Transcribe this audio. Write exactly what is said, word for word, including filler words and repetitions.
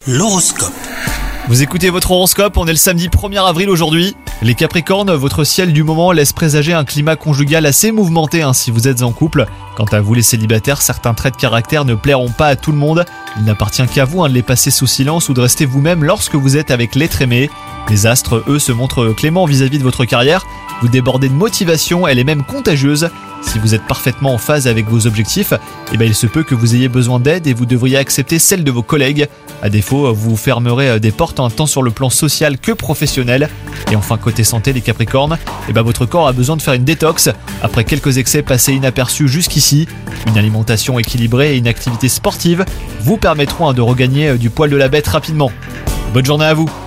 L'horoscope. Vous écoutez votre horoscope, on est le samedi premier avril aujourd'hui. Les Capricornes, votre ciel du moment laisse présager un climat conjugal assez mouvementé hein, si vous êtes en couple. Quant à vous les célibataires, certains traits de caractère ne plairont pas à tout le monde. Il n'appartient qu'à vous hein, de les passer sous silence ou de rester vous-même lorsque vous êtes avec l'être aimé. Les astres, eux, se montrent cléments vis-à-vis de votre carrière. Vous débordez de motivation, elle est même contagieuse. Si vous êtes parfaitement en phase avec vos objectifs, eh ben il se peut que vous ayez besoin d'aide et vous devriez accepter celle de vos collègues. À défaut, vous vous fermerez des portes hein, tant sur le plan social que professionnel. Et enfin, côté santé, les Capricornes, eh ben votre corps a besoin de faire une détox. Après quelques excès passés inaperçus jusqu'ici, une alimentation équilibrée et une activité sportive vous permettront hein, de regagner du poil de la bête rapidement. Bonne journée à vous!